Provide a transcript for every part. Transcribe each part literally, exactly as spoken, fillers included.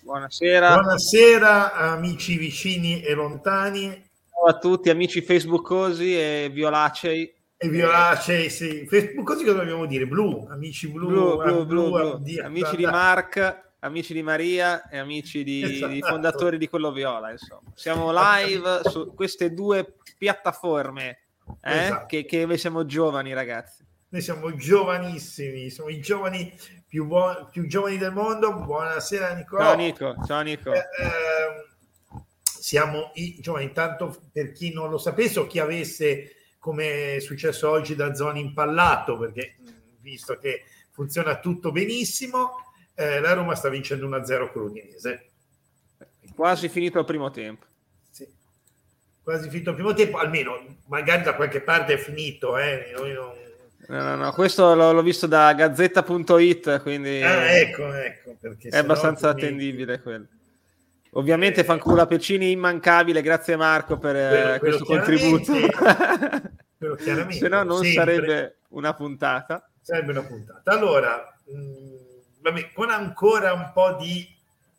Buonasera. Buonasera amici vicini e lontani. Ciao a tutti amici facebookosi e violacei. E violacei, sì. Facebook così cosa dobbiamo dire? Blu, amici blu, Blu, blu, blu, blu, blu. di, amici da, di Mark, amici di Maria e amici di, esatto. di fondatori di Quello Viola, insomma. Siamo live su queste due piattaforme, eh? Esatto. che, che noi siamo giovani, ragazzi. Noi siamo giovanissimi, siamo i giovani più, buoni, più giovani del mondo. Buonasera Nicolò. Ciao Nico, ciao Nico. Eh, eh, siamo i giovani, intanto per chi non lo sapesse o chi avesse, come è successo oggi, da zona impallato, perché visto che funziona tutto benissimo, eh, la Roma sta vincendo uno a zero con l'Udinese. Quasi finito il primo tempo. Sì. Quasi finito il primo tempo, almeno magari da qualche parte è finito, eh? Noi non... No, no, no, questo l'ho, l'ho visto da gazzetta punto it, quindi ah, ecco, ecco, perché è abbastanza altrimenti... attendibile quello. Ovviamente eh, fanculo a Pecini immancabile, grazie Marco per quello, quello questo contributo. Quello chiaramente. Se no non sempre sarebbe una puntata. Sarebbe una puntata. Allora, mh, vabbè, con ancora un po' di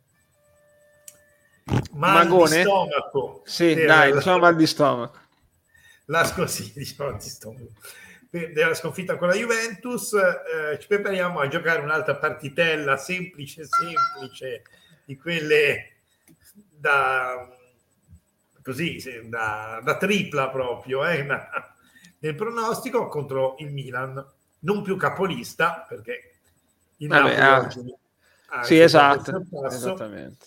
mal Magone? di stomaco. Sì, dai, la... diciamo mal di stomaco. La sconfitta, diciamo, di stomaco. Della sconfitta con la Juventus, eh, ci prepariamo a giocare un'altra partitella semplice, semplice, di quelle da così, da, da tripla proprio, eh, da, nel pronostico contro il Milan, non più capolista, perché il Vabbè, Napoli ah, oggi ha sì, esatto, esattamente.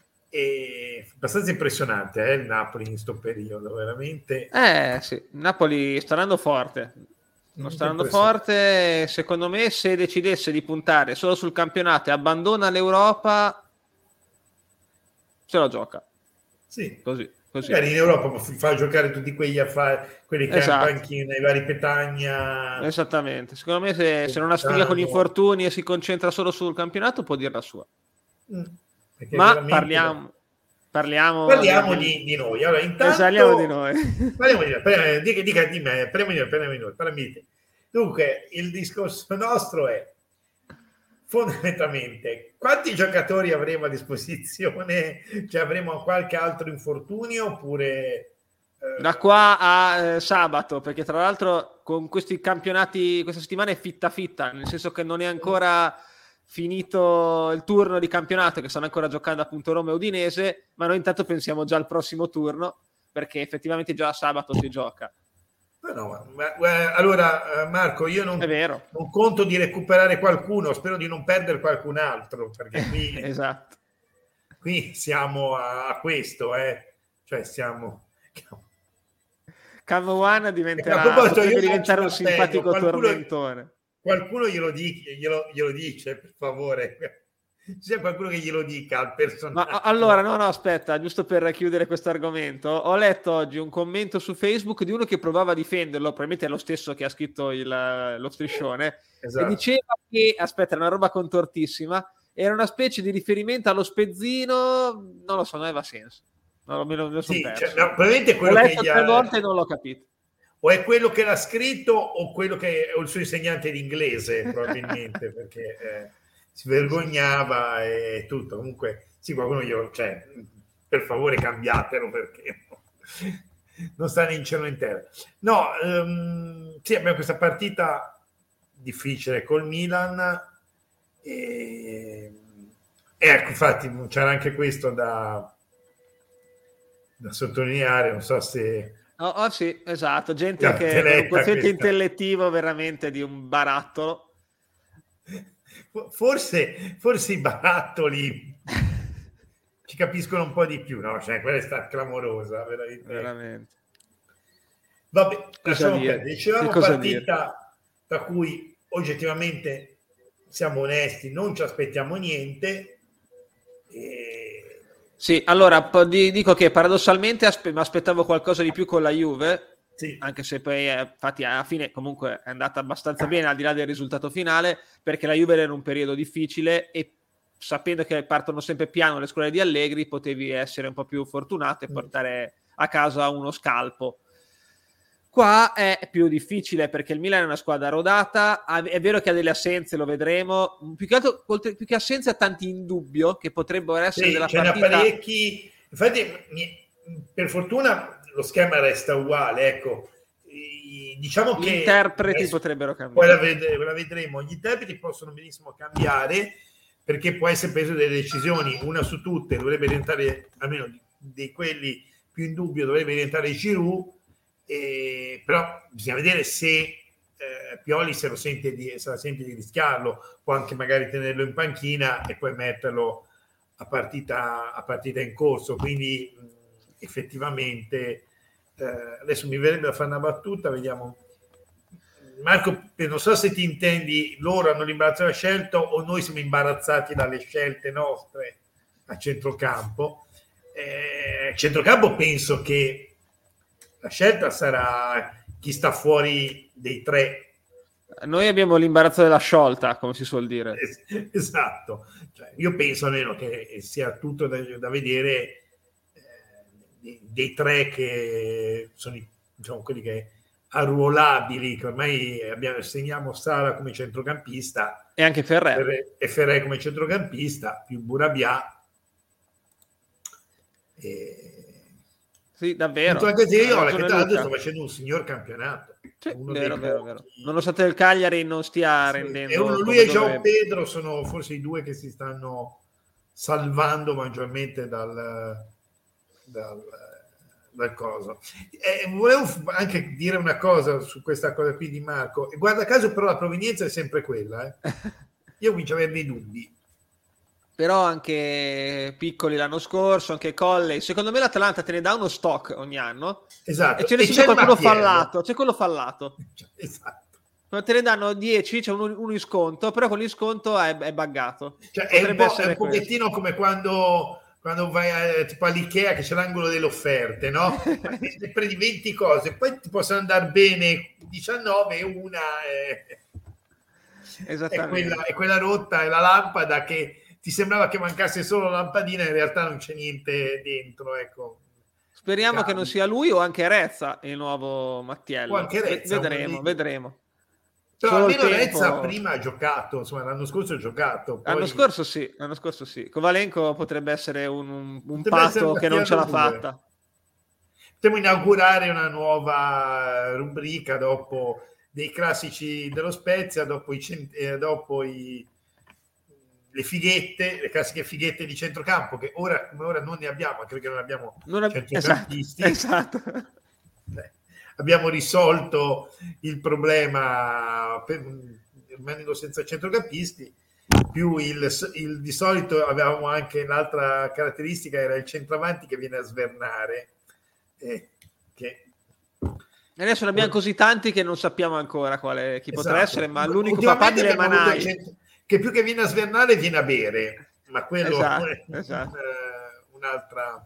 E abbastanza impressionante eh, il Napoli in questo periodo, veramente. Eh sì, Napoli sta andando forte. Non sta andando forte, secondo me se decidesse di puntare solo sul campionato e abbandona l'Europa se lo gioca. Sì, così, così. Magari in Europa fa giocare tutti quegli affari, quelli che esatto. hanno anche nei vari Petagna. Esattamente, secondo me se, se non ha sfiga con gli infortuni e si concentra solo sul campionato può dire la sua. Mm, Ma parliamo... Parliamo, parliamo di, di, di noi. Allora, intanto parliamo di noi. Parliamo di noi. Dica, dica di me, parliamo di noi, parliamo di noi, parliamo di te. Dunque, il discorso nostro è fondamentalmente quanti giocatori avremo a disposizione? Cioè avremo qualche altro infortunio oppure eh... da qua a eh, sabato, perché tra l'altro con questi campionati questa settimana è fitta fitta, nel senso che non è ancora finito il turno di campionato, che stanno ancora giocando appunto Roma e Udinese, ma noi intanto pensiamo già al prossimo turno, perché effettivamente già sabato si gioca. No, ma, ma, allora Marco, io non, è vero. non conto di recuperare qualcuno, spero di non perdere qualcun altro, perché qui, esatto. qui siamo a, a questo, eh. Cioè siamo... Cam One diventerà, potrebbe diventare un simpatico qualcuno, tormentone. Qualcuno glielo, dice, glielo, glielo dice, per favore. C'è qualcuno che glielo dica al personaggio. Ma allora, no, no, aspetta, giusto per chiudere questo argomento, ho letto oggi un commento su Facebook di uno che provava a difenderlo, probabilmente è lo stesso che ha scritto il, lo striscione, esatto. E diceva che, aspetta, era una roba contortissima, era una specie di riferimento allo spezzino, non lo so, non aveva senso. No, me lo, me lo sì, perso. Cioè, no, probabilmente quello ho letto che gli tre ha... volte e non l'ho capito. O è quello che l'ha scritto o quello che è il suo insegnante di inglese, probabilmente, perché eh, si vergognava e tutto. Comunque, sì, qualcuno glielo... Cioè, per favore cambiatelo, perché non sta né in cielo né in terra. No, um, sì, abbiamo questa partita difficile col Milan e... Ecco, infatti, c'era anche questo da, da sottolineare, non so se... Oh, oh sì, esatto, gente yeah, che con un quoziente intellettivo veramente di un barattolo. Forse, forse i barattoli ci capiscono un po' di più, no? Cioè, quella è stata clamorosa, veramente. veramente. Vabbè, lasciamo perdere. Dicevamo partita dire? da cui oggettivamente siamo onesti, non ci aspettiamo niente. E... Sì, allora dico che paradossalmente aspe- mi aspettavo qualcosa di più con la Juve, sì. Anche se poi eh, infatti alla fine comunque è andata abbastanza bene al di là del risultato finale, perché la Juve era in un periodo difficile e sapendo che partono sempre piano le scuole di Allegri potevi essere un po' più fortunato e portare a casa uno scalpo. Qua è più difficile perché il Milan è una squadra rodata, è vero che ha delle assenze, lo vedremo, più che altro, oltre, più che assenze ha tanti in dubbio che potrebbero essere sì, della ce partita. n'ha parecchi, infatti per fortuna lo schema resta uguale, ecco, diciamo gli che gli interpreti adesso, potrebbero cambiare. Poi la, ved- la vedremo, gli interpreti possono benissimo cambiare perché può essere preso delle decisioni, una su tutte dovrebbe diventare, almeno di, di quelli più in dubbio dovrebbe diventare Giroud. Eh, però bisogna vedere se eh, Pioli se lo sente di, se la sente di rischiarlo, può anche magari tenerlo in panchina e poi metterlo a partita, a partita in corso, quindi mh, effettivamente eh, adesso mi verrebbe da fare una battuta, vediamo Marco, non so se ti intendi, loro hanno l'imbarazzo della scelta o noi siamo imbarazzati dalle scelte nostre a centrocampo. Eh, centrocampo penso che la scelta sarà chi sta fuori dei tre. Noi abbiamo l'imbarazzo della sciolta, come si suol dire. Esatto. Cioè, io penso almeno che sia tutto da, da vedere eh, dei, dei tre che sono diciamo, quelli che arruolabili, che ormai abbiamo, segniamo Sara come centrocampista. E anche Ferrer. E Ferrer come centrocampista, più Burabia. E... Sì, davvero. Anche se io che tra l'altro sto facendo un signor campionato. Sì, uno vero, dei vero, vero. Nonostante il Cagliari non stia sì, rendendo... E uno, lui e João Pedro sono forse i due che si stanno salvando maggiormente dal, dal, dal coso. E volevo anche dire una cosa su questa cosa qui di Marco. E guarda caso però la provenienza è sempre quella. Eh. Io comincio a avere dei dubbi. Però anche Piccoli l'anno scorso, anche Colley, secondo me l'Atalanta te ne dà uno stock ogni anno. Esatto. E ce ne c'è qualcuno fallato, c'è quello fallato. Esatto. Quando te ne danno dieci, c'è uno, uno in sconto, però con il sconto è, è buggato. Cioè, è un, po', è un pochettino questo. Come quando, quando vai a, tipo all'Ikea che c'è l'angolo delle offerte, no? Prendi venti cose, poi ti possono andare bene diciannove e una è, è, quella, è quella rotta, è la lampada che ti sembrava che mancasse solo la lampadina, in realtà non c'è niente dentro, ecco. Speriamo Cambio. Che non sia lui o anche Rezza il nuovo Mattiello. O anche Rezza, vedremo, vedremo. Però solo almeno Rezza prima ha giocato, insomma l'anno scorso ha giocato. Poi... L'anno scorso sì, l'anno scorso sì. Kovalenko potrebbe essere un, un, un patto che non ce l'ha fatta. Potremmo inaugurare una nuova rubrica dopo dei classici dello Spezia, dopo i, eh, dopo i le fighette, le classiche fighette di centrocampo che ora come ora non ne abbiamo, anche perché non abbiamo non ab- centrocampisti. Esatto, esatto. Beh, abbiamo risolto il problema per, rimanendo senza centrocampisti, più il, il di solito avevamo anche l'altra caratteristica, era il centravanti che viene a svernare. Eh, che... Adesso ne abbiamo così tanti che non sappiamo ancora quale chi esatto. potrà essere, ma l'unico papabile è Manai. Che più che viene a svernare viene a bere, ma quello esatto, è esatto. Uh, un'altra.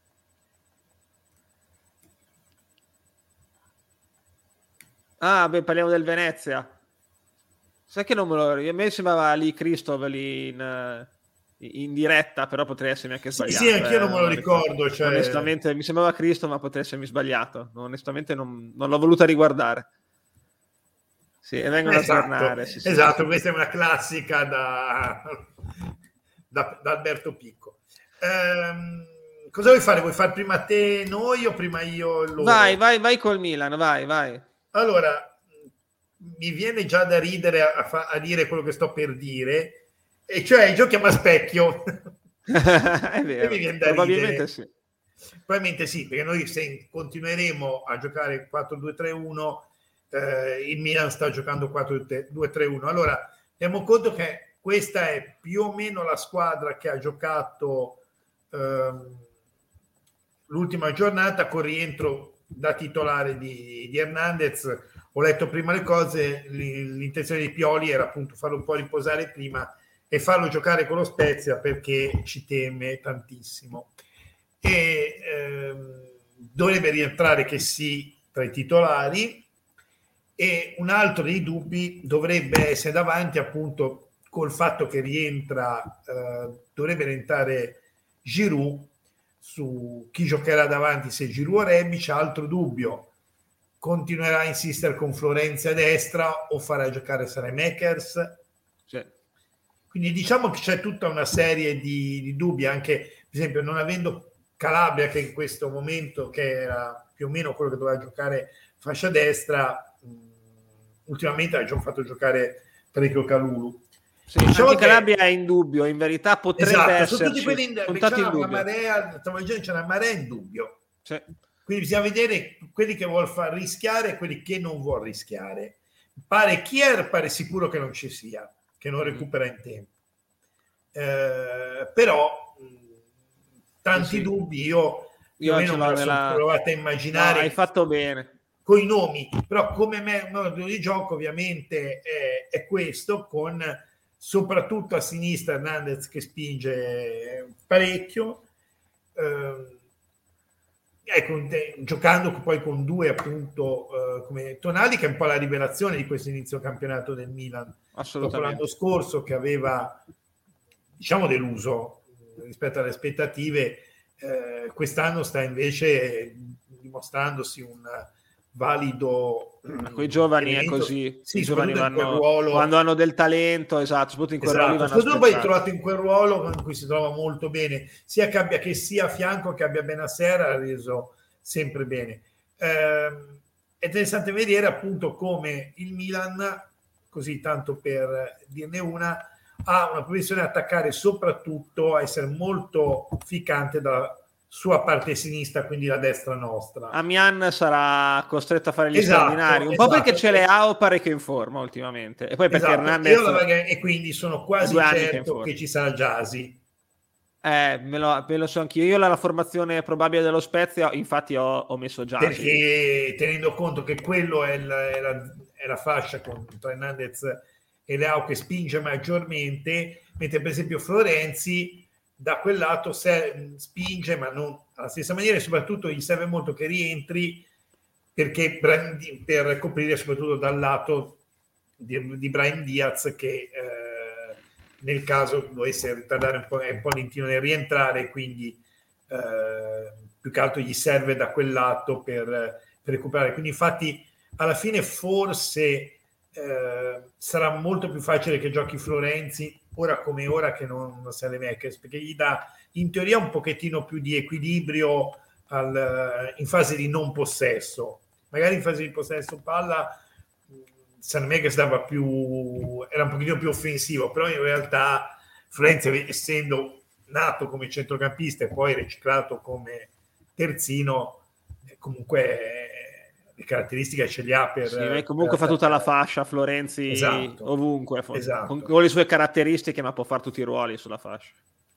Ah, beh, parliamo del Venezia. Sai che non me lo ricordo? A me sembrava lì Christoph lì in, in diretta, però potrei essermi anche sbagliato. Sì, sì anch'io eh, non me lo ricordo. Cioè... Onestamente mi sembrava Christoph, ma potrei essermi sbagliato. Onestamente non, non l'ho voluta riguardare. Sì, e vengono esatto, a tornare. Sì, sì, esatto, sì. Questa è una classica da, da, da Alberto Picco. Ehm, cosa vuoi fare? Vuoi fare prima te noi o prima io loro? Vai, vai, vai col Milan, vai, vai. Allora, mi viene già da ridere a, a, a dire quello che sto per dire, e cioè giochiamo a specchio. È vero, e mi viene da probabilmente ridere. Sì. Probabilmente sì, perché noi se continueremo a giocare quattro due tre uno, eh, il Milan sta giocando quattro due tre uno. Allora, teniamo conto che questa è più o meno la squadra che ha giocato ehm, l'ultima giornata con rientro da titolare di, di Hernandez. Ho letto prima le cose, l'intenzione di Pioli era appunto farlo un po' riposare prima e farlo giocare con lo Spezia perché ci teme tantissimo. E ehm, dovrebbe rientrare che sì tra i titolari, e un altro dei dubbi dovrebbe essere davanti appunto col fatto che rientra eh, dovrebbe rientrare Giroud, su chi giocherà davanti, se Giroud o Rebic. Altro dubbio, continuerà a insistere con Florenzi a destra o farà giocare Saelemaekers. Sì. Quindi diciamo che c'è tutta una serie di, di dubbi, anche per esempio non avendo Calabria, che in questo momento, che era più o meno quello che doveva giocare fascia destra, mh, ultimamente ha già fatto giocare parecchio Kalulu. Sì, diciamo anche che Calabria è in dubbio, in verità potrebbe esatto, esserci. Sono tutti quelli in, c'è, in una marea, c'è una marea in dubbio. Sì. Quindi bisogna vedere quelli che vuol far rischiare e quelli che non vuol rischiare. Pare Kier pare sicuro che non ci sia, che non recupera in tempo. Eh, però mh, tanti sì, sì. dubbi io più o meno me lo sono nella... provato a immaginare. No, hai fatto bene. Con i nomi, però come me, modo di gioco ovviamente è, è questo, con soprattutto a sinistra Hernandez che spinge parecchio. Eh, Ecco, giocando poi con due appunto uh, come Tonali, che è un po' la rivelazione di questo inizio campionato del Milan dopo l'anno scorso, che aveva diciamo deluso rispetto alle aspettative. Eh, quest'anno sta invece dimostrandosi un valido quei giovani elemento. È così sì, i giovani vanno, ruolo, quando hanno del talento, esatto, soprattutto in quel esatto, ruolo soprattutto poi trovato in quel ruolo in cui si trova molto bene, sia che abbia che sia a fianco che abbia Bennacer, ha reso sempre bene. Eh, è interessante vedere appunto come il Milan, così tanto per dirne una, ha una propensione a attaccare, soprattutto a essere molto ficcante dalla sua parte sinistra, quindi la destra nostra. Amian sarà costretto a fare gli esatto, straordinari, un esatto. po' perché ce le ha o parecchio in forma ultimamente, e poi perché esatto. Hernandez Io la, e quindi sono quasi certo che, che ci sarà Gyasi. Eh, me lo, me lo so anch'io. Io la, la formazione probabile dello Spezia, infatti ho, ho messo Gyasi. Perché tenendo conto che quello è la, è la, è la fascia con Hernandez e Leao che spinge maggiormente, mentre per esempio Florenzi da quel lato se, spinge, ma non alla stessa maniera, e soprattutto gli serve molto che rientri perché per coprire soprattutto dal lato di, di Brahim Diaz, che eh, nel caso dovesse ritardare un po', è un po' lentino nel rientrare, quindi eh, più che altro gli serve da quel lato per, per recuperare. Quindi infatti alla fine forse eh, sarà molto più facile che giochi Florenzi ora come ora che non Saelemaekers, perché gli dà in teoria un pochettino più di equilibrio al, in fase di non possesso. Magari in fase di possesso palla Saelemaekers dava più, era un pochettino più offensivo, però in realtà Florenzi, essendo nato come centrocampista e poi riciclato come terzino, comunque le caratteristiche ce li ha per... Sì, comunque per fa tutta la fascia Florenzi, esatto, ovunque, esatto. Con, con le sue caratteristiche, ma può fare tutti i ruoli sulla fascia.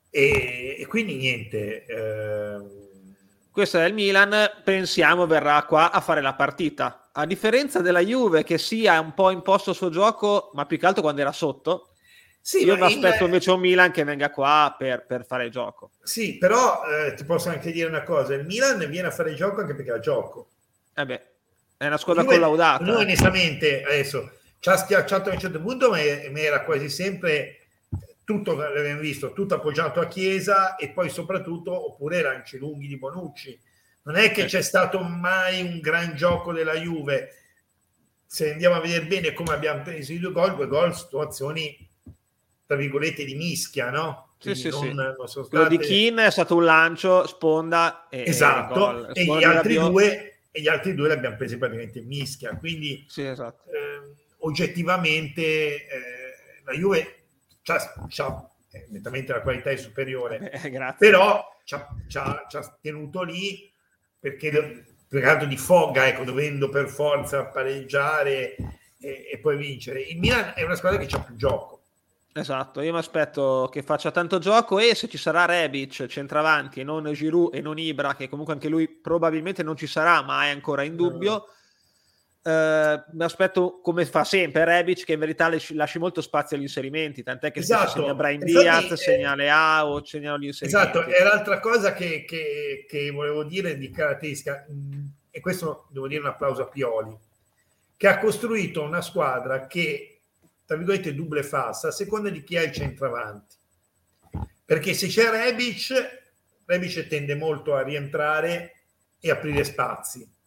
E, e quindi niente... Eh... Questo è il Milan, pensiamo verrà qua a fare la partita. A differenza della Juve, che sia un po' imposto il suo gioco, ma più che altro quando era sotto, sì, io mi aspetto in... invece un Milan che venga qua per, per fare il gioco. Sì, però eh, ti posso anche dire una cosa, il Milan viene a fare il gioco anche perché ha gioco. Eh beh, è una squadra Juve, collaudata. Noi onestamente adesso ci ha schiacciato a un certo punto, ma era quasi sempre tutto, l'abbiamo visto, tutto appoggiato a Chiesa e poi soprattutto, oppure lanci lunghi di Bonucci. Non è che eh. c'è stato mai un gran gioco della Juve. Se andiamo a vedere bene come abbiamo preso i due gol, due gol, situazioni tra virgolette di mischia, no? Sì, sì, non, sì. Non sono state... Quello di Keane è stato un lancio, sponda e, esatto, e, e, gli altri due, e gli altri due li abbiamo presi praticamente in mischia, quindi sì, esatto. eh, oggettivamente eh, la Juve c'ha, c'ha eh, nettamente la qualità è superiore, eh, grazie. però c'ha, c'ha, c'ha tenuto lì perché per di foga, ecco, dovendo per forza pareggiare e, e poi vincere. Il Milan è una squadra che c'ha più gioco. Esatto, io mi aspetto che faccia tanto gioco, e se ci sarà Rebic centravanti e non Giroud e non Ibra, che comunque anche lui probabilmente non ci sarà, ma è ancora in dubbio, no. eh, mi aspetto come fa sempre Rebic, che in verità lasci molto spazio agli inserimenti, tant'è che esatto. segna Brahim Infatti, Diaz, eh, segna Leao, segnano gli inserimenti. Esatto, è l'altra cosa che, che, che volevo dire di caratteristica, e questo devo dire un applauso a Pioli, che ha costruito una squadra che, tra virgolette, double fassa a seconda di chi è il centravanti, perché se c'è Rebic Rebic tende molto a rientrare e aprire spazi,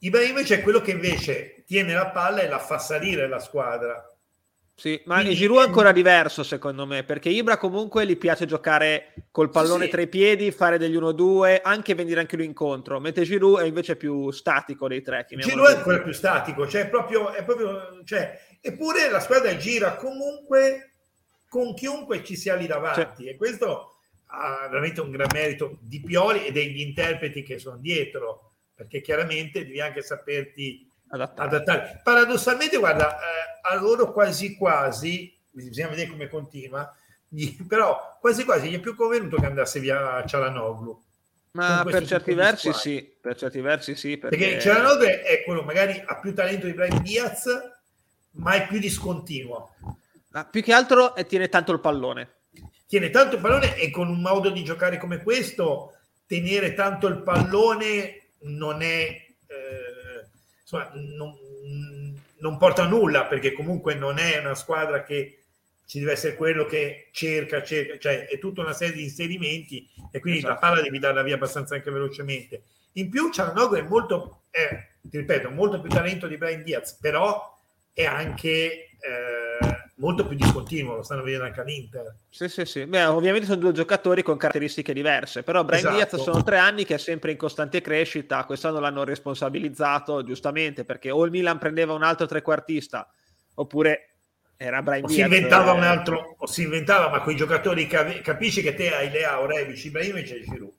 Ibrahimovic è quello che invece tiene la palla e la fa salire la squadra. Sì, ma Quindi, Giroud è ancora diverso secondo me, perché Ibra comunque gli piace giocare col pallone sì, tra i piedi, fare degli uno due, anche venire anche lui incontro, mentre Giroud è invece più statico dei tre. Giroud è ancora più statico, cioè proprio, è proprio, cioè, eppure la squadra gira comunque con chiunque ci sia lì davanti, sì. E questo ha veramente un gran merito di Pioli e degli interpreti che sono dietro, perché chiaramente devi anche saperti adattare. adattare. Paradossalmente, guarda, eh, a loro quasi quasi, bisogna vedere come continua, gli, però quasi quasi gli è più convenuto che andasse via Çalhanoğlu. Ma per certi versi sì, per certi versi sì. Perché, perché Çalhanoğlu è quello, magari ha più talento di Brahim Diaz, ma è più discontinuo. Ma più che altro eh, tiene tanto il pallone. Tiene tanto il pallone e con un modo di giocare come questo, tenere tanto il pallone non è... Eh, insomma, non, non porta a nulla, perché comunque non è una squadra che ci deve essere quello che cerca, cerca, cioè è tutta una serie di inserimenti e quindi esatto. La palla devi darla via abbastanza anche velocemente. In più Çalhanoğlu è molto, è, ti ripeto, molto più talento di Brahim Diaz, però è anche eh, molto più discontinuo, lo stanno vedendo anche all'Inter. Sì, sì, sì. Beh, ovviamente sono due giocatori con caratteristiche diverse, però Brahim esatto. Diaz sono tre anni che è sempre in costante crescita, quest'anno l'hanno responsabilizzato giustamente, perché o il Milan prendeva un altro trequartista, oppure era Brahim o Diaz. Si inventava eh... un altro, o si inventava, ma con i giocatori capi- capisci che te hai Leao, Rebic, Ibrahimovic e Giroud.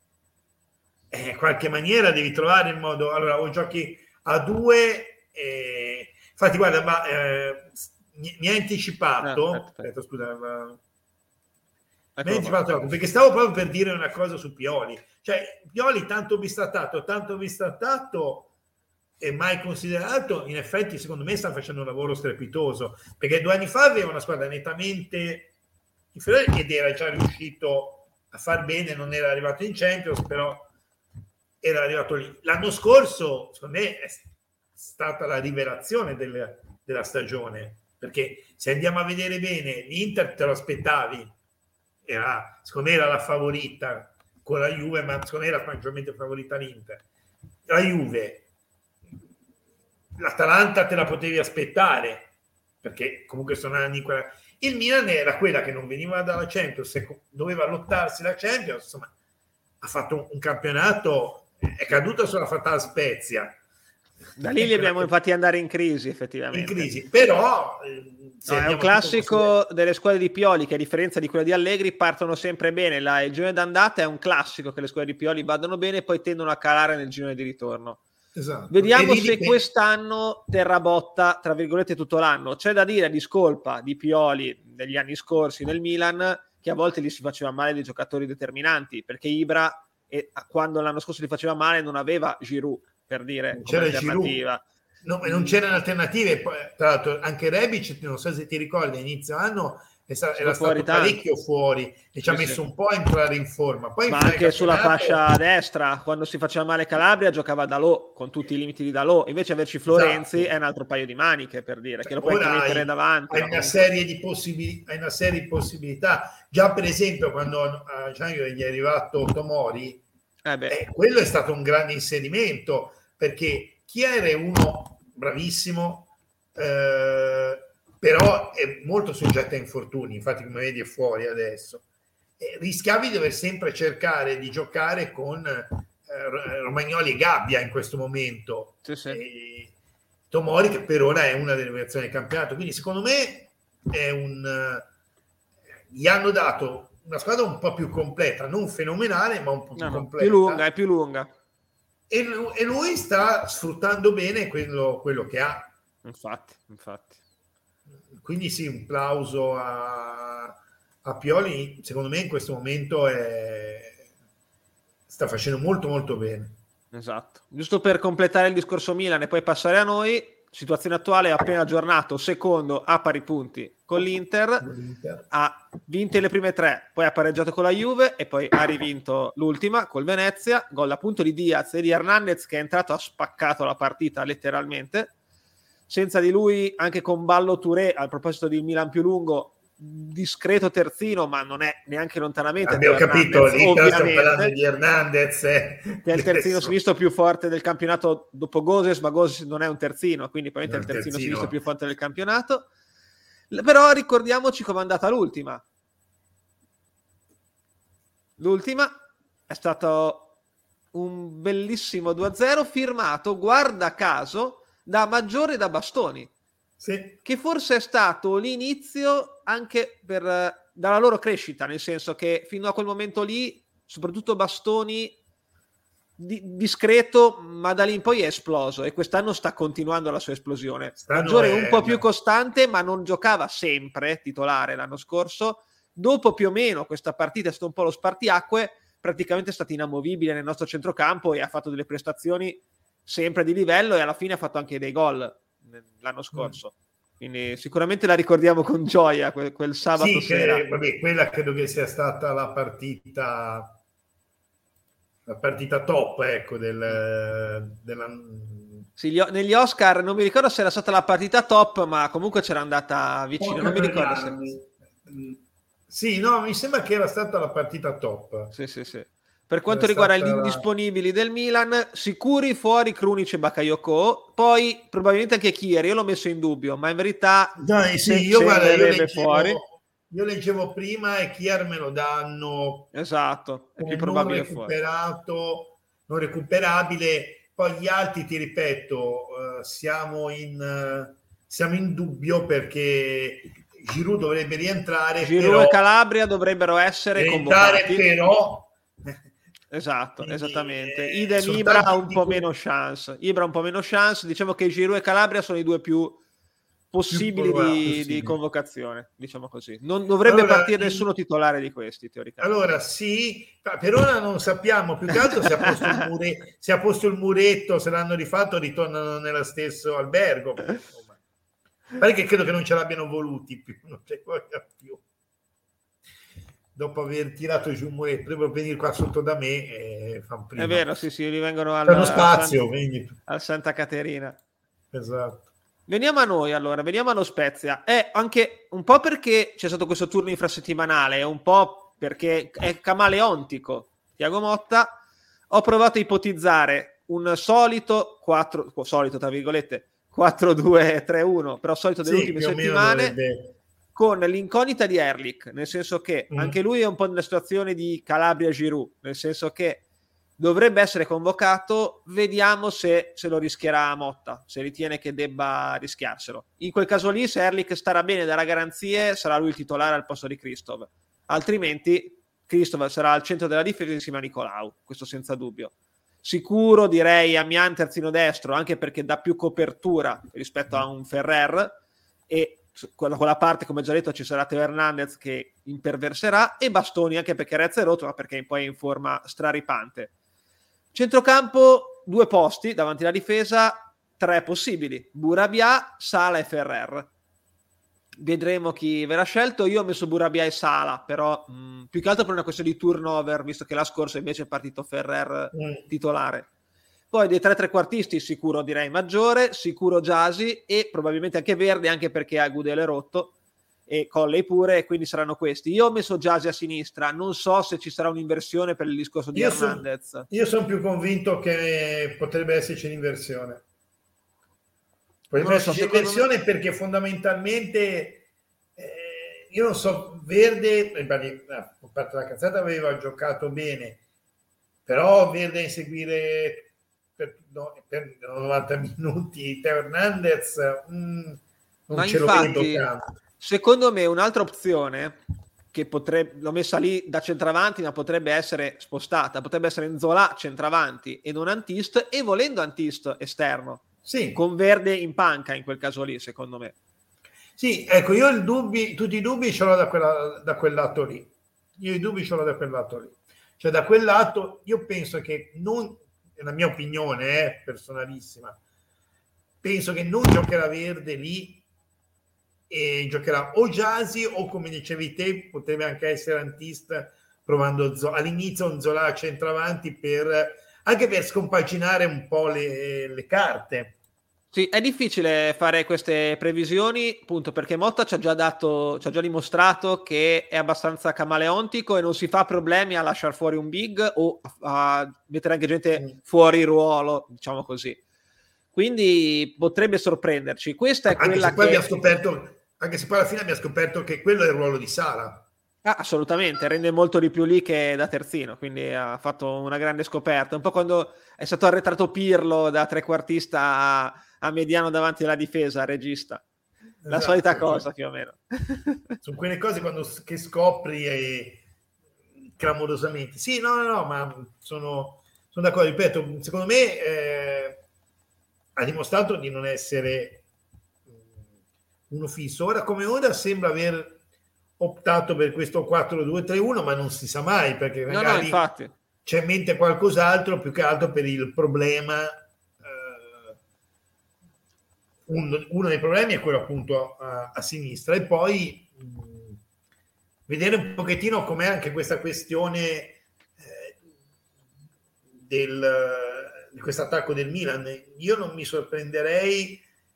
Eh, in qualche maniera devi trovare il modo, allora o giochi a due, eh... infatti guarda, ma eh, mi, mi ha anticipato, no, aspetta, aspetta, scusa, ma... mi ha anticipato perché stavo proprio per dire una cosa su Pioli, cioè Pioli tanto bistrattato, tanto bistrattato e mai considerato, in effetti secondo me sta facendo un lavoro strepitoso, perché due anni fa aveva una squadra nettamente inferiore ed era già riuscito a far bene, non era arrivato in Champions, però era arrivato lì. L'anno scorso secondo me è stata la rivelazione del, della stagione, perché se andiamo a vedere bene l'Inter te lo aspettavi, era, secondo me era la favorita con la Juve, ma secondo me era maggiormente favorita l'Inter. La Juve, l'Atalanta te la potevi aspettare, perché comunque sono anni quella... il Milan era quella che non veniva dalla Champions, doveva lottarsi la Champions, insomma ha fatto un campionato, è caduta sulla fatale Spezia. Da lì li abbiamo infatti andare in crisi effettivamente. In crisi, però no, è un classico delle squadre di Pioli che a differenza di quella di Allegri partono sempre bene. La, il girone d'andata è un classico che le squadre di Pioli vadano bene e poi tendono a calare nel girone di ritorno. Esatto. Vediamo se quest'anno terrà botta tra virgolette tutto l'anno. C'è da dire di scolpa di Pioli degli anni scorsi nel Milan che a volte gli si faceva male dei giocatori determinanti, perché Ibra e quando l'anno scorso li faceva male non aveva Giroud, per dire, non come c'era alternativa. No, non c'erano alternative. Tra l'altro anche Rebic, non so se ti ricordi, all'inizio anno è stato, era stato parecchio tanto. fuori e ci sì, ha messo sì. un po' a entrare in forma. Poi ma anche sulla fascia destra, quando si faceva male Calabria giocava Dalot con tutti i limiti di Dalot, invece averci Florenzi esatto. è un altro paio di maniche, per dire, che lo puoi mettere hai, davanti. Hai una, serie di possibili, hai una serie di possibilità. Già per esempio quando a Gianni gli è arrivato Tomori, eh eh, quello è stato un grande inserimento, perché Chiesa è uno bravissimo, eh, però è molto soggetto a infortuni, infatti come vedi è fuori adesso. E rischiavi di dover sempre cercare di giocare con eh, Romagnoli e Gabbia in questo momento. Sì, sì. E Tomori, che per ora è una delle reazioni del campionato, quindi secondo me è un... gli hanno dato una squadra un po' più completa, non fenomenale, ma un po' più no, completa. Più lunga, è più lunga. E, e lui sta sfruttando bene quello, quello che ha. Infatti, infatti. Quindi sì, un plauso a, a Pioli, secondo me in questo momento è, sta facendo molto molto bene. Esatto. Giusto per completare il discorso Milan e poi passare a noi, situazione attuale, appena aggiornato, secondo a pari punti con l'Inter, l'Inter, ha vinto le prime tre, poi ha pareggiato con la Juve e poi ha rivinto l'ultima col Venezia, gol appunto di Diaz e di Hernandez che è entrato, ha spaccato la partita letteralmente. Senza di lui, anche con Ballo Touré, a proposito di Milan più lungo, discreto terzino, ma non è neanche lontanamente. Abbiamo capito, lì stiamo parlando di Hernandez, eh. che è il terzino sinistro più forte del campionato dopo Goses, ma Goses non è un terzino, quindi probabilmente è il terzino, terzino sinistro più forte del campionato. Però ricordiamoci com'è andata l'ultima. L'ultima è stato un bellissimo due a zero firmato, guarda caso, da Maggiore e da Bastoni. Sì. Che forse è stato l'inizio anche per, dalla loro crescita, nel senso che fino a quel momento lì, soprattutto Bastoni, di, discreto, ma da lì in poi è esploso e quest'anno sta continuando la sua esplosione. Stanno Maggiore è un po' è... più costante, ma non giocava sempre titolare l'anno scorso. Dopo più o meno questa partita è stato un po' lo spartiacque, praticamente è stato inamovibile nel nostro centrocampo e ha fatto delle prestazioni sempre di livello e alla fine ha fatto anche dei gol l'anno scorso, quindi sicuramente la ricordiamo con gioia quel, quel sabato sì, sera. che, vabbè, quella credo che sia stata la partita la partita top, ecco, del, della... Sì, gli, negli Oscar non mi ricordo se era stata la partita top, ma comunque c'era andata vicino, Poca non mi ricordo se... sì, no, mi sembra che era stata la partita top. Sì, sì, sì. Per quanto era riguarda gli indisponibili la... del Milan, sicuri fuori Krunic e Bakayoko, poi probabilmente anche Chieri, io l'ho messo in dubbio, ma in verità no, sì, se, io, guarda, io, leggevo, fuori. io leggevo prima e Chier me lo danno, esatto, è più probabile non recuperato, fuori. non recuperabile, poi gli altri, ti ripeto, uh, siamo in uh, siamo in dubbio perché Giroud dovrebbe rientrare, Giroud però, e Calabria dovrebbero essere convocati, però esatto, quindi, esattamente. Idem Ibra ha un po' meno chance. Ibra un po' meno chance. Diciamo che Giroud e Calabria sono i due più possibili più di, possibili. di convocazione, diciamo così. Non dovrebbe allora, partire nessuno il... titolare di questi, teoricamente. Allora, sì, per ora non sappiamo. Più che altro se ha posto il, mure... se ha posto il muretto, se l'hanno rifatto, ritornano nello stesso albergo. Pare che credo che non ce l'abbiano voluti più, non c'è voglia più. Dopo aver tirato giù un muretto, dovrebbero venire qua sotto da me e fanno prima. È vero, sì, sì, rivengono al, al spazio, al, quindi... al Santa Caterina. Esatto. Veniamo a noi allora, veniamo allo Spezia. È anche un po' perché c'è stato questo turno infrasettimanale, un po' perché è camaleontico Thiago Motta. Ho provato a ipotizzare un solito quattro, solito tra virgolette, quattro due tre uno, però solito delle sì, ultime settimane, dovrebbe... con l'incognita di Erlich, nel senso che mm. anche lui è un po' nella situazione di Calabria-Giroud, nel senso che dovrebbe essere convocato, vediamo se se lo rischierà Motta, se ritiene che debba rischiarselo. In quel caso lì, se Erlich starà bene, darà garanzie, sarà lui il titolare al posto di Kristov, altrimenti Kristov sarà al centro della difesa insieme a Nicolau, questo senza dubbio. Sicuro direi Amian terzino destro, anche perché dà più copertura rispetto a un Ferrer, e con quella parte, come già detto, ci sarà Teo Hernandez che imperverserà, e Bastoni anche perché Rezza è rotto, ma perché poi è in forma straripante. Centrocampo, due posti davanti alla difesa, tre possibili: Burabia, Sala e Ferrer. Vedremo chi verrà scelto. Io ho messo Burabia e Sala, però mh, più che altro per una questione di turnover, visto che la scorsa invece è partito Ferrer mm. titolare. Poi dei tre trequartisti sicuro direi Maggiore, sicuro Gyasi e probabilmente anche Verdi, anche perché Agudelo è rotto e Colley pure, e quindi saranno questi. Io ho messo Gyasi a sinistra, non so se ci sarà un'inversione per il discorso di io Hernandez. Son, io sono più convinto che potrebbe esserci un'inversione. Potrebbe esserci so, un'inversione me... perché fondamentalmente eh, io non so, Verde, a parte la cazzata, aveva giocato bene, però Verde a inseguire per, no, per novanta minuti Teo Hernandez mm, non ma ce infatti, lo vedo tanto. Secondo me un'altra opzione che potrebbe, l'ho messa lì da centravanti, ma potrebbe essere spostata, potrebbe essere Nzola centravanti e non Antist, e volendo Antist esterno, sì, con Verde in panca in quel caso lì, secondo me. Sì, ecco, io il dubbi, tutti i dubbi ce l'ho da, quella, da quel lato lì. Io i dubbi ce l'ho da quel lato lì. Cioè da quel lato io penso che non, è la mia opinione eh, personalissima, penso che non giocherà Verde lì e giocherà o Gyasi o, come dicevi te, potrebbe anche essere Antist provando Zola. All'inizio Nzola a centravanti per, anche per scompaginare un po' le, le carte. Sì, è difficile fare queste previsioni, appunto perché Motta ci ha già dato, ci ha già dimostrato che è abbastanza camaleontico e non si fa problemi a lasciare fuori un big o a, a mettere anche gente fuori ruolo, diciamo così. Quindi potrebbe sorprenderci. Questa è anche quella se poi che... abbiamo scoperto, anche se poi alla fine abbiamo scoperto che quello è il ruolo di Sala. Ah, assolutamente, rende molto di più lì che da terzino, quindi ha fatto una grande scoperta. Un po' quando è stato arretrato Pirlo da trequartista a, a mediano davanti alla difesa, regista. La Esatto, solita cosa, più o meno. Sono quelle cose quando, che scopri e clamorosamente. Sì, no, no, no, ma sono, sono d'accordo. Ripeto, secondo me eh, ha dimostrato di non essere uno fisso. Ora come ora sembra aver optato per questo quattro due tre uno, ma non si sa mai, perché magari no, no, infatti. c'è in mente qualcos'altro, più che altro per il problema. Eh, un, uno dei problemi è quello appunto a, a sinistra, e poi mh, vedere un pochettino com'è anche questa questione eh, del, di questo attacco del Milan. Io non mi sorprenderei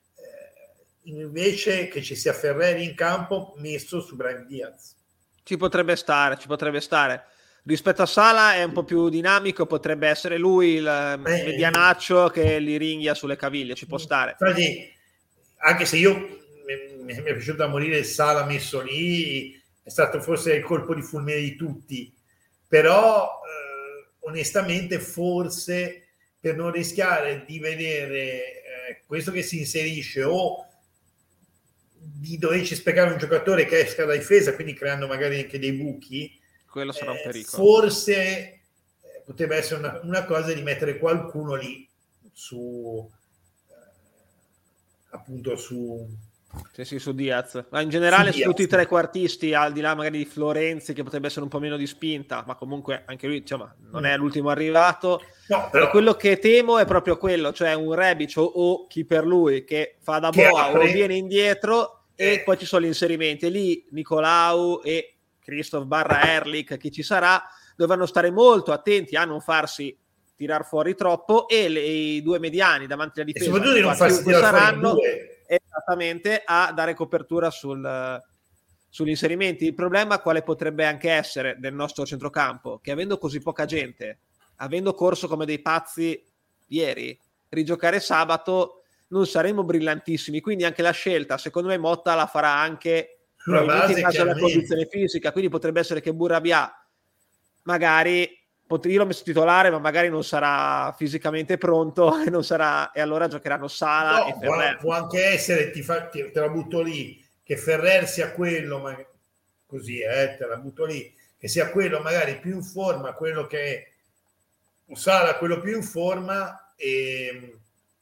invece che ci sia Ferreri in campo messo su Brahim Diaz. Ci potrebbe stare, ci potrebbe stare. Rispetto a Sala è un po' più dinamico, potrebbe essere lui il eh, medianaccio che li ringhia sulle caviglie, ci può stare. Infatti, anche se io mi, mi è piaciuto da morire il Sala messo lì, è stato forse il colpo di fulmine di tutti, però eh, onestamente forse per non rischiare di vedere eh, questo che si inserisce o di doverci spiegare un giocatore che esca da difesa, quindi creando magari anche dei buchi, quello sarà un pericolo. Eh, forse eh, potrebbe essere una, una cosa di mettere qualcuno lì su eh, appunto su sì, sì, su Diaz, ma in generale su, su tutti i trequartisti, al di là magari di Florenzi che potrebbe essere un po' meno di spinta, ma comunque anche lui insomma non mm. è l'ultimo arrivato. No, però... E quello che temo è proprio quello, cioè un Rebic o, o chi per lui che fa da che boa apre... o viene indietro eh. e poi ci sono gli inserimenti, e lì Nicolau e Christoph barra Erlich, chi ci sarà, dovranno stare molto attenti a non farsi tirar fuori troppo, e le, i due mediani davanti alla difesa e soprattutto di non farsi tirare saranno fuori due. Esattamente, a dare copertura sul, sugli inserimenti. Il problema quale potrebbe anche essere del nostro centrocampo, che avendo così poca gente, avendo corso come dei pazzi ieri, rigiocare sabato non saremo brillantissimi, quindi anche la scelta secondo me Motta la farà anche probabilmente in base alla condizione fisica, quindi potrebbe essere che Burabia magari io l'ho messo titolare, ma magari non sarà fisicamente pronto e non sarà, e allora giocheranno Sala no, e Ferrer. Può, può anche essere, ti, fa, ti, te la butto lì, che Ferrer sia quello, ma così, eh, te la butto lì, che sia quello magari più in forma, quello che è Sala, quello più in forma, e,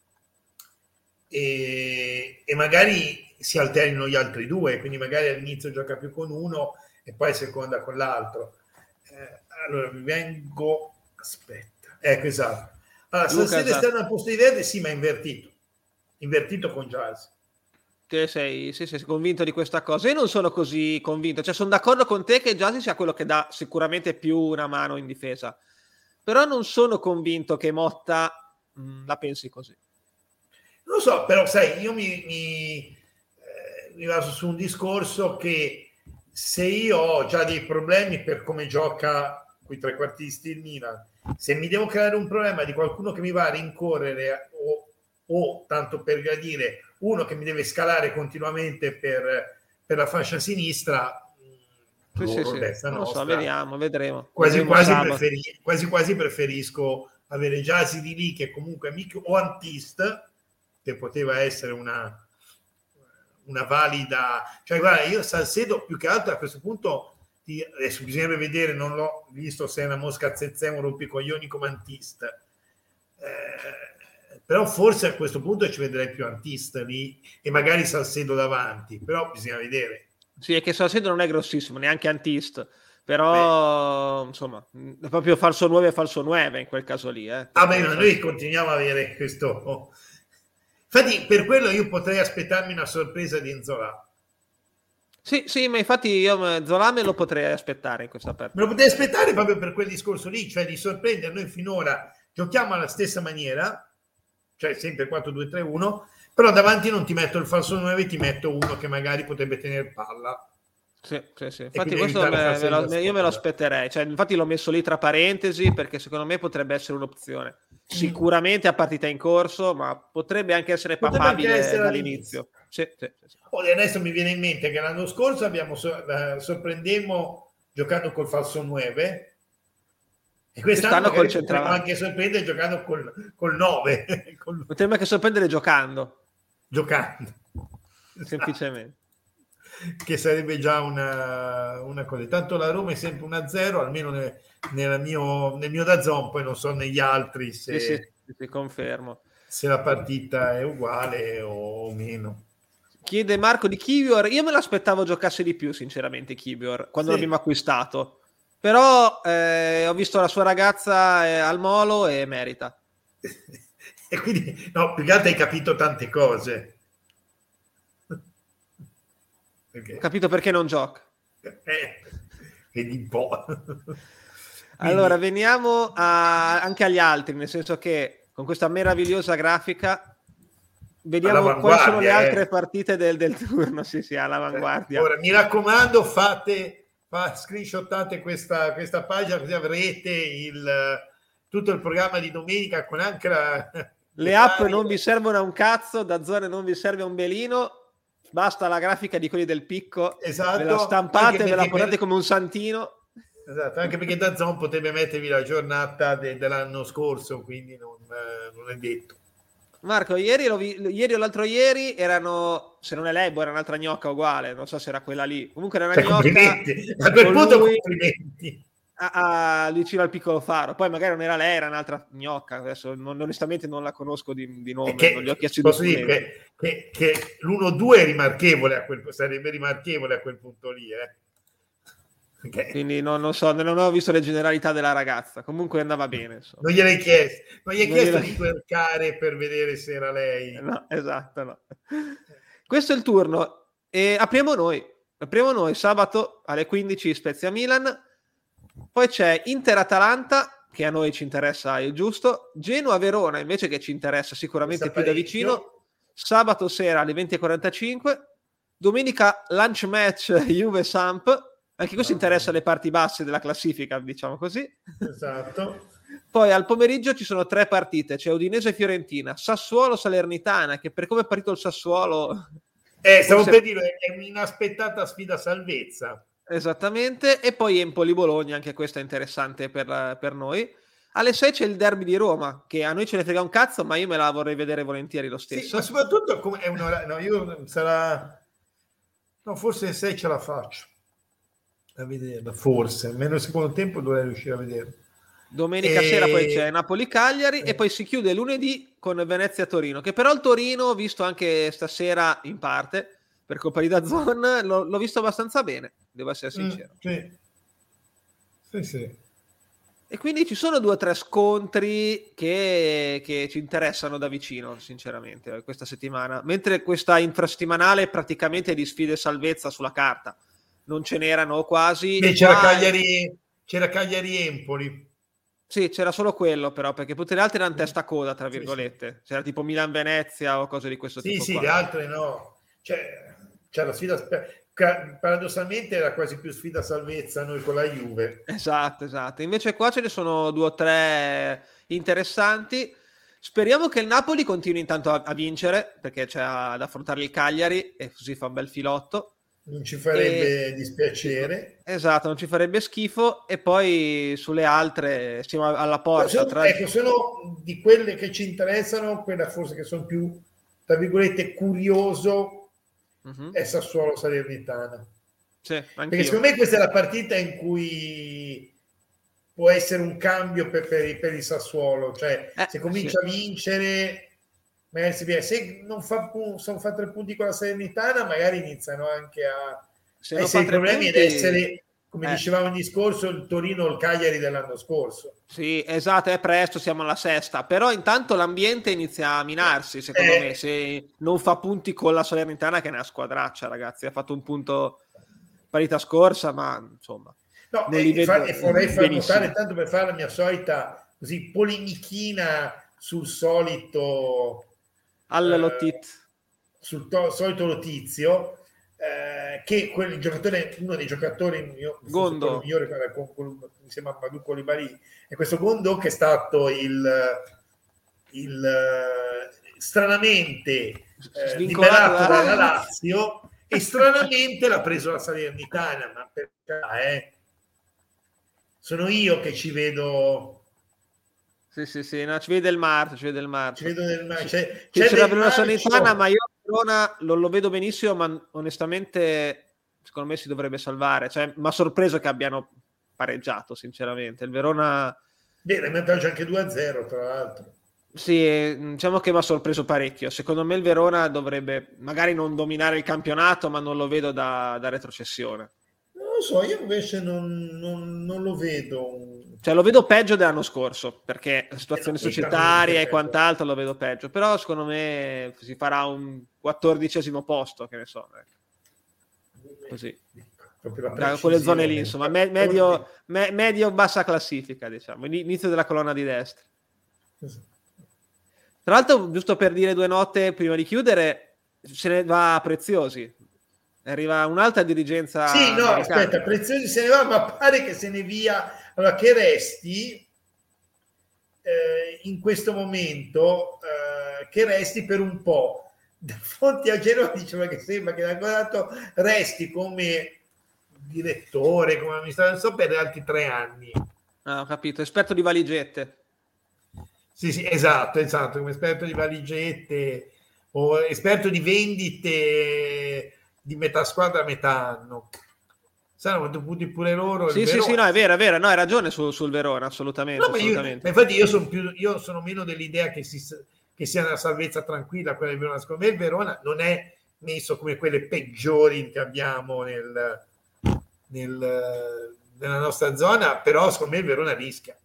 e, e magari si alternino gli altri due, quindi magari all'inizio gioca più con uno e poi seconda con l'altro. Eh, allora mi vengo aspetta ecco esatto allora se siete esterno al posto di Verde sì, ma invertito invertito con Jazz. Te sei, sì, sei convinto di questa cosa? Io non sono così convinto, cioè sono d'accordo con te che Jazz sia quello che dà sicuramente più una mano in difesa, però non sono convinto che Motta mh, la pensi così. Non lo so, però sai, io mi mi, eh, mi baso su un discorso che se io ho già dei problemi per come gioca quei trequartisti il Milan, se mi devo creare un problema di qualcuno che mi va a rincorrere o, o tanto per gradire uno che mi deve scalare continuamente per, per la fascia sinistra, sì, sì, sì. Non lo so, vediamo, vedremo. Quasi, vedremo quasi, preferi, quasi quasi preferisco avere Jasi di lì, che comunque amico, o Antist, che poteva essere una una valida, cioè guarda, io Salcedo più che altro a questo punto adesso bisognerebbe vedere, non l'ho visto se è una mosca zezzema o rompicoglioni come Antist, eh, però forse a questo punto ci vedrei più Antist lì e magari Salcedo davanti, però bisogna vedere. Sì, è che Salcedo non è grossissimo, neanche Antist, però beh, insomma è proprio falso nuove e falso nuove in quel caso lì, eh. Ah beh, ma noi continuiamo a avere questo. Infatti per quello io potrei aspettarmi una sorpresa di Nzola. Sì, sì, ma infatti io Zola me lo potrei aspettare in questa partita. Me lo potrei aspettare proprio per quel discorso lì, cioè di sorprendere. Noi finora giochiamo alla stessa maniera, cioè sempre quattro due tre uno, Però davanti non ti metto il falso nove, ti metto uno che magari potrebbe tenere palla. Sì, sì, sì. Infatti questo me, me lo, io me lo aspetterei, cioè, infatti l'ho messo lì tra parentesi perché secondo me potrebbe essere un'opzione, sicuramente a partita in corso, ma potrebbe anche essere papabile dall'inizio. Sì, sì, sì, sì. Oh, adesso mi viene in mente che l'anno scorso abbiamo so- uh, sorprendemmo giocando col falso nove e quest'anno, quest'anno potremmo anche sorprendere giocando col, col nove. col... Potremmo anche sorprendere giocando. Giocando. Semplicemente. Che sarebbe già una, una cosa. Tanto la Roma è sempre uno a zero, almeno nel, nel mio, nel mio DAZN, poi non so negli altri se, sì, sì, sì, confermo. se la partita è uguale o meno. Chiede Marco di Kiwior, io me l'aspettavo giocasse di più sinceramente Kiwior quando sì. l'abbiamo acquistato, però eh, ho visto la sua ragazza eh, al Molo e merita. E quindi no, più che altro hai capito tante cose. Perché? Ho capito perché non gioca. Eh, vedi un po'. Allora, veniamo a, anche agli altri, nel senso che con questa meravigliosa grafica vediamo quali sono le altre eh. partite del, del turno. Sì, sì, all'avanguardia. Ora, mi raccomando, fate, fa, screenshottate questa, questa pagina, così avrete il, tutto il programma di domenica con anche la... Le app non vi servono a un cazzo, DAZN non vi serve a un belino. Basta la grafica di quelli del picco, esatto, ve la stampate, ve la portate per... come un santino. Esatto, anche perché DAZN potrebbe mettervi la giornata de- dell'anno scorso, quindi non, eh, non è detto. Marco, ieri, lo vi... ieri o l'altro ieri erano, se non è lei, era un'altra gnocca uguale, non so se era quella lì. Comunque era una cioè, gnocca. Complimenti, a quel punto complimenti. A, a, vicino al piccolo faro, poi magari non era lei, era un'altra gnocca. Adesso non, onestamente non la conosco di, di nome, che, non gli ho chiesto posso dire che, che, che l'uno due è rimarchevole a quel, sarebbe rimarchevole a quel punto lì, eh. Okay. Quindi non, non so, non ho visto le generalità della ragazza, comunque andava bene. Insomma. Non gliel'hai chiesto, non gli hai non chiesto gliel'hai... di twerkare per vedere se era lei. No, esatto, no. Questo è il turno e apriamo noi, apriamo noi sabato alle quindici Spezia Milan. Poi c'è Inter-Atalanta, che a noi ci interessa il giusto, Genoa-Verona invece che ci interessa sicuramente più da vicino, sabato sera alle venti e quarantacinque, domenica lunch match Juve-Samp, anche questo interessa le parti basse della classifica, diciamo così. Esatto. Poi al pomeriggio ci sono tre partite, c'è Udinese-Fiorentina, Sassuolo-Salernitana, che per come è partito il Sassuolo... Eh, stavo forse... per dire, è un'inaspettata sfida salvezza. Esattamente, e poi Empoli-Bologna, anche questa è interessante per, per noi. Alle sei c'è il derby di Roma, che a noi ce ne frega un cazzo, ma io me la vorrei vedere volentieri lo stesso. Sì, ma soprattutto come è un'ora... No, io sarà... No, forse alle sei ce la faccio a vederla, forse. Almeno il secondo tempo dovrei riuscire a vederla. Domenica e... sera poi c'è Napoli-Cagliari eh. e poi si chiude lunedì con Venezia-Torino, che però il Torino, visto anche stasera in parte... per colpa di DAZN l'ho, l'ho visto abbastanza bene, devo essere sincero. Mm, sì. Sì, sì. E quindi ci sono due o tre scontri che, che ci interessano da vicino, sinceramente, questa settimana. Mentre questa infrasettimanale praticamente è di sfide salvezza sulla carta. Non ce n'erano quasi. Beh, c'era, Cagliari, c'era Cagliari-Empoli. Sì, c'era solo quello però, perché tutte le altre erano testa a coda, tra virgolette. Sì, sì. C'era tipo Milan-Venezia o cose di questo sì, tipo. Sì, sì, le altre no. Cioè, c'è la sfida, paradossalmente era quasi più sfida salvezza noi con la Juve. Esatto, esatto. Invece qua ce ne sono due o tre interessanti. Speriamo che il Napoli continui intanto a, a vincere, perché c'è ad affrontare il Cagliari e così fa un bel filotto. Non ci farebbe e... dispiacere. Esatto, non ci farebbe schifo. E poi sulle altre siamo alla porta. Sono, tra... Ecco, sono di quelle che ci interessano, quella forse che sono più, tra virgolette, curioso. Uh-huh. È Sassuolo Salernitana, sì, perché secondo me questa è la partita in cui può essere un cambio per, per, per il Sassuolo, cioè eh, se comincia sì. a vincere magari si viene. Se non fa, se fa tre punti con la Salernitana magari iniziano anche a se essere i problemi punti... ed essere, come eh. dicevamo in discorso, il Torino o il Cagliari dell'anno scorso. Sì, esatto, è presto, siamo alla sesta, però intanto l'ambiente inizia a minarsi, secondo eh. me, se non fa punti con la Salernitana, che è una squadraccia, ragazzi, ha fatto un punto parità scorsa, ma insomma... No, non e, li vedo fa, e vorrei far notare, tanto per fare la mia solita così polemichina sul solito... Al eh, Lottit. sul to- solito notizio, eh, che quel giocatore, uno dei giocatori mio, Gondo migliore con, con, insieme a Madou Coulibaly, è questo Gondo, che è stato il, il stranamente eh, liberato da... dalla Lazio e stranamente l'ha preso la Salernitana, ma perché eh? Sono io che ci vedo. Sì, sì, sì, no, ci vede il marzo, ci vede il marzo. Ci vedo del marzo. C'è, c'è, c'è la Salernitana, ma io Verona lo, lo vedo benissimo, ma onestamente secondo me si dovrebbe salvare. Cioè, mi ha sorpreso che abbiano pareggiato, sinceramente. Il Verona... Bene, mi ha dato anche due a zero, tra l'altro. Sì, diciamo che mi ha sorpreso parecchio. Secondo me il Verona dovrebbe magari non dominare il campionato, ma non lo vedo da, da retrocessione. Non lo so, io invece non, non, non lo vedo. Cioè lo vedo peggio dell'anno scorso, perché la situazione eh no, societaria e quant'altro lo vedo peggio. Però secondo me si farà un quattordicesimo posto, che ne so. Eh. Così. Da quelle zone lì, insomma, me- medio, me- medio bassa classifica, diciamo, inizio della colonna di destra. Tra l'altro, giusto per dire due note prima di chiudere, se ne va a Preziosi. Arriva un'alta dirigenza. Sì, no, americana. aspetta, Preziosi se ne va, ma pare che se ne via. Allora, che resti eh, in questo momento, eh, che resti per un po'. Da fonti a Genova diceva che sembra che l'ha dato resti come direttore, come amministratore, non so, per altri tre anni. Ah, ho capito, esperto di valigette. Sì, sì, esatto, esatto, come esperto di valigette o esperto di vendite di metà squadra a metà anno. Saranno dovuti pure loro. Sì, sì, sì, no, è vero, è vero, no, hai ragione sul, sul Verona, assolutamente. No, ma assolutamente. Io, ma infatti io sono più, io sono meno dell'idea che, si, che sia una salvezza tranquilla quella di Verona. Secondo me il Verona non è messo come quelle peggiori che abbiamo nel, nel, nella nostra zona, però secondo me il Verona rischia.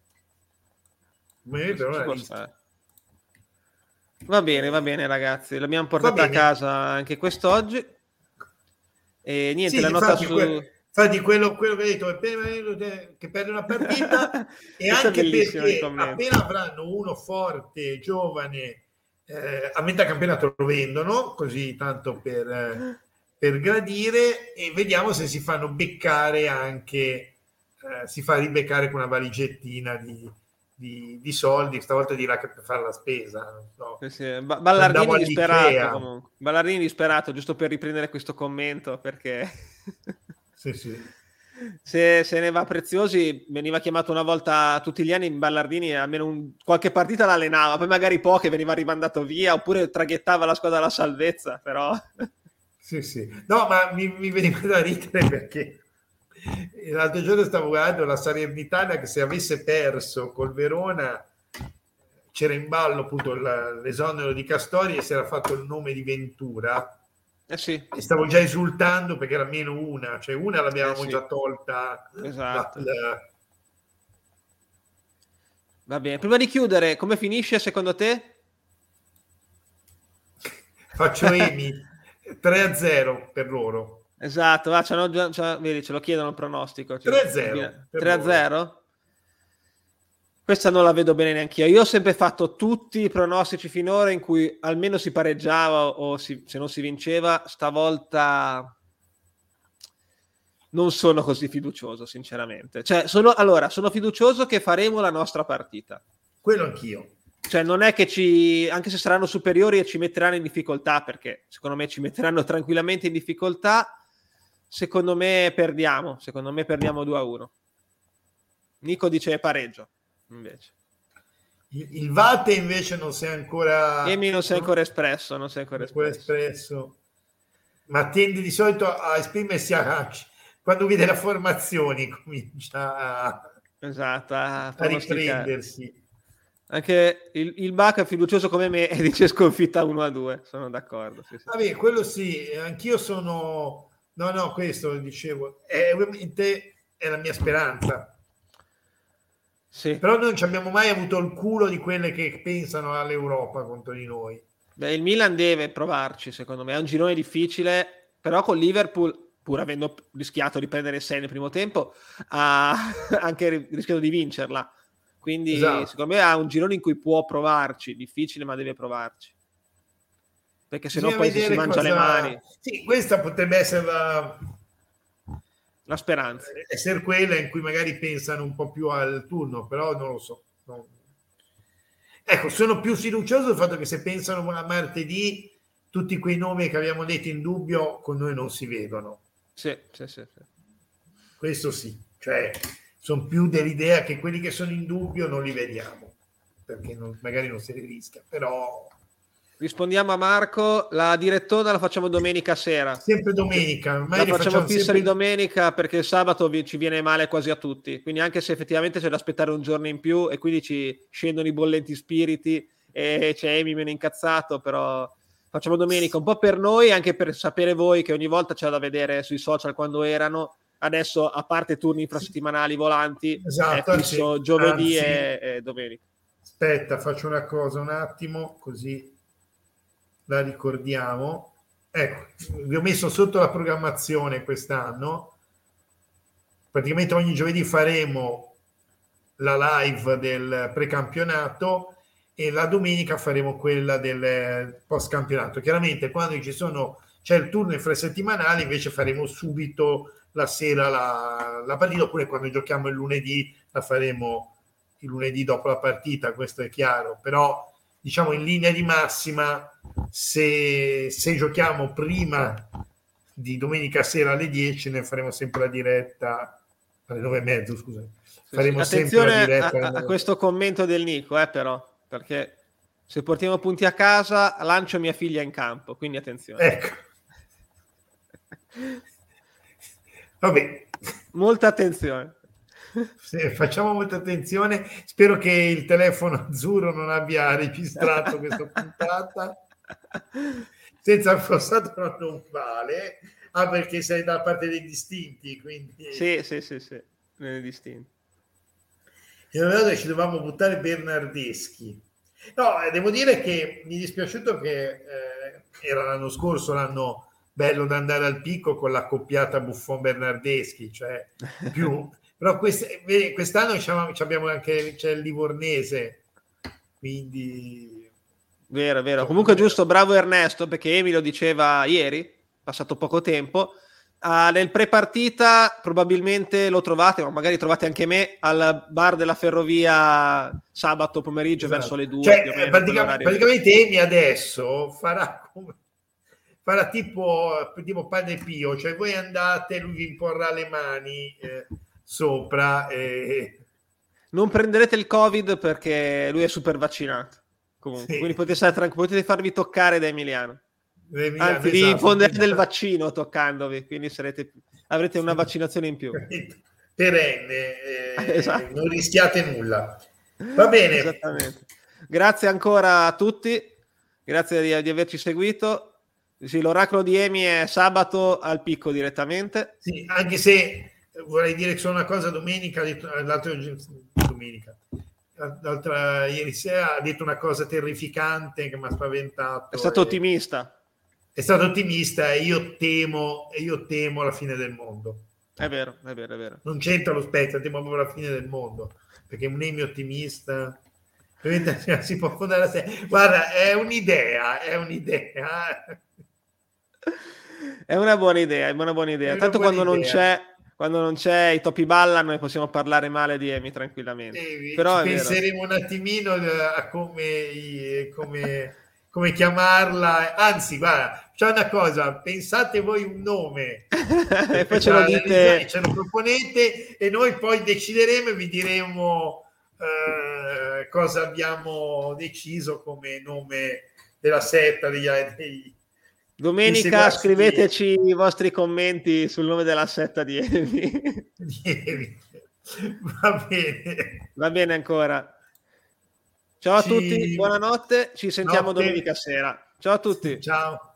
Va bene, va bene ragazzi, l'abbiamo portata a casa anche quest'oggi e niente, sì, la nota infatti, su... que- infatti quello, quello che hai detto è che perde una partita e anche perché appena avranno uno forte, giovane, eh, a metà campionato lo vendono, così tanto per, eh, per gradire, e vediamo se si fanno beccare anche, eh, si fa ribeccare con una valigettina di Di, di soldi, stavolta dirà che per fare la spesa, non so. Sì, sì. Ba- Ballardini disperato comunque. Ballardini disperato, giusto per riprendere questo commento, perché sì, sì. Se, se ne va Preziosi, veniva chiamato una volta tutti gli anni in Ballardini, almeno un, qualche partita l'allenava, poi magari poche veniva rimandato via oppure traghettava la squadra alla salvezza, però sì, sì. No, ma mi, mi veniva da ridere perché l'altro giorno stavo guardando la Salernitana che se avesse perso col Verona c'era in ballo appunto l'esonero di Castori e si era fatto il nome di Ventura, eh sì. e stavo già esultando perché era meno una, cioè una l'abbiamo eh sì. già tolta. Esatto. Dal... Va bene, prima di chiudere, come finisce secondo te? Faccio Emi tre a zero per loro. Esatto, va, c'hanno già, c'hanno, vedi, ce lo chiedono il pronostico. Cioè, tre a zero. tre a zero? Questa non la vedo bene neanche io. Io ho sempre fatto tutti i pronostici finora in cui almeno si pareggiava o si, se non si vinceva. Stavolta non sono così fiducioso, sinceramente. Cioè, sono, allora, sono fiducioso che faremo la nostra partita. Quello anch'io. Cioè, non è che ci, anche se saranno superiori e ci metteranno in difficoltà, perché secondo me ci metteranno tranquillamente in difficoltà. Secondo me perdiamo, secondo me perdiamo due a uno. Nico dice pareggio, invece. Il, il Vate invece non si è ancora... Emi non si è ancora espresso, non si è ancora espresso. espresso. Ma tende di solito a esprimersi a, quando vede la formazione, comincia a, esatto, a, a riprendersi. Anche il, il Bac è fiducioso come me e dice sconfitta uno a due, sono d'accordo. Sì, sì. Vabbè, quello sì, anch'io sono... No, no, questo dicevo, è ovviamente è la mia speranza. Sì. Però noi non ci abbiamo mai avuto il culo di quelle che pensano all'Europa contro di noi. Beh, il Milan deve provarci, secondo me. È un girone difficile, però con Liverpool, pur avendo rischiato di prendere sei nel primo tempo, ha anche rischiato di vincerla. Quindi, esatto. Secondo me ha un girone in cui può provarci. Difficile, ma deve provarci. perché sennò poi si mangia cosa... le mani. Sì, questa potrebbe essere la... la speranza. Essere quella in cui magari pensano un po' più al turno, però non lo so. Non... Ecco, sono più fiducioso del fatto che se pensano a martedì, tutti quei nomi che abbiamo detto in dubbio con noi non si vedono. Sì, sì, sì, sì. Questo sì, cioè sono più dell'idea che quelli che sono in dubbio non li vediamo, perché non, magari non si rischia, però... Rispondiamo a Marco, la direttona la facciamo domenica sera. Sempre domenica. La facciamo, facciamo fissa sempre... di domenica perché il sabato vi, ci viene male quasi a tutti, quindi anche se effettivamente c'è da aspettare un giorno in più e quindi ci scendono i bollenti spiriti e c'è Amy meno incazzato, però facciamo domenica un po' per noi, anche per sapere voi che ogni volta c'è da vedere sui social quando erano. Adesso, a parte turni infrasettimanali volanti, esatto, è fisso anzi, giovedì anzi, e, e domenica. Aspetta, faccio una cosa un attimo, così la ricordiamo. Ecco, vi ho messo sotto la programmazione quest'anno. Praticamente ogni giovedì faremo la live del precampionato e la domenica faremo quella del post campionato. Chiaramente quando ci sono c'è il turno infrasettimanale invece faremo subito la sera la, la partita, oppure quando giochiamo il lunedì la faremo il lunedì dopo la partita, questo è chiaro, però diciamo in linea di massima se, se giochiamo prima di domenica sera alle dieci ne faremo sempre la diretta alle nove e mezzo, scusa. Faremo sì, sempre la diretta a, a questo commento del Nico, eh, però, perché se portiamo punti a casa lancio mia figlia in campo, quindi attenzione. Ecco. Vabbè. Molta attenzione. Sì, facciamo molta attenzione. Spero che il telefono azzurro non abbia registrato questa puntata. Senza il fossato non vale. Ah, perché sei dalla parte dei distinti, quindi... Sì, sì, sì, sì, dei distinti. In realtà ci dovevamo buttare Bernardeschi. No, devo dire che mi è dispiaciuto che eh, era l'anno scorso, l'anno bello da andare al picco con la coppiata Buffon-Bernardeschi, cioè più... Però quest, quest'anno abbiamo anche c'è il Livornese, quindi... Vero, vero. Comunque giusto, bravo Ernesto, perché Emi lo diceva ieri, passato poco tempo, uh, nel pre-partita probabilmente lo trovate, ma magari trovate anche me, al bar della Ferrovia sabato pomeriggio, esatto, verso le due. Cioè, più o meno, pratica, praticamente Emi adesso farà come... farà tipo, tipo Padre Pio, cioè voi andate, lui vi imporrà le mani... Eh, sopra e... non prenderete il Covid perché lui è super vaccinato comunque, sì. Quindi potete, stare tranquilli, potete farvi toccare da Emiliano, Emiliano anzi esatto, vi infonderete del vaccino toccandovi, quindi sarete, avrete una vaccinazione in più perenne, eh, esatto. Non rischiate nulla, va bene. Esattamente. Grazie ancora a tutti, grazie di, di averci seguito. Sì, l'oracolo di Emi è sabato al picco direttamente, sì, anche se vorrei dire solo una cosa, domenica, l'altra domenica, l'altra ieri sera ha detto una cosa terrificante che mi ha spaventato. È stato e, ottimista. È stato ottimista e io temo, e io temo la fine del mondo. È vero, è vero, è vero. Non c'entra lo Spezia, temo proprio la fine del mondo, perché un Emi ottimista si può fondare a sé. Guarda, è un'idea, è un'idea. È una buona idea, è una buona idea. È Tanto quando idea. non c'è quando non c'è i topi ballano e possiamo parlare male di Emi tranquillamente. Eh, Però penseremo un attimino a come, come, come chiamarla. Anzi, guarda, c'è una cosa, pensate voi un nome e poi ce lo dite, ce lo proponete e noi poi decideremo e vi diremo eh, cosa abbiamo deciso come nome della setta degli, dei domenica scriveteci i vostri commenti sul nome della setta di Emi. Va bene. Va bene ancora. Ciao a ci... tutti, buonanotte, ci sentiamo Notte. domenica sera. Ciao a tutti. Ciao.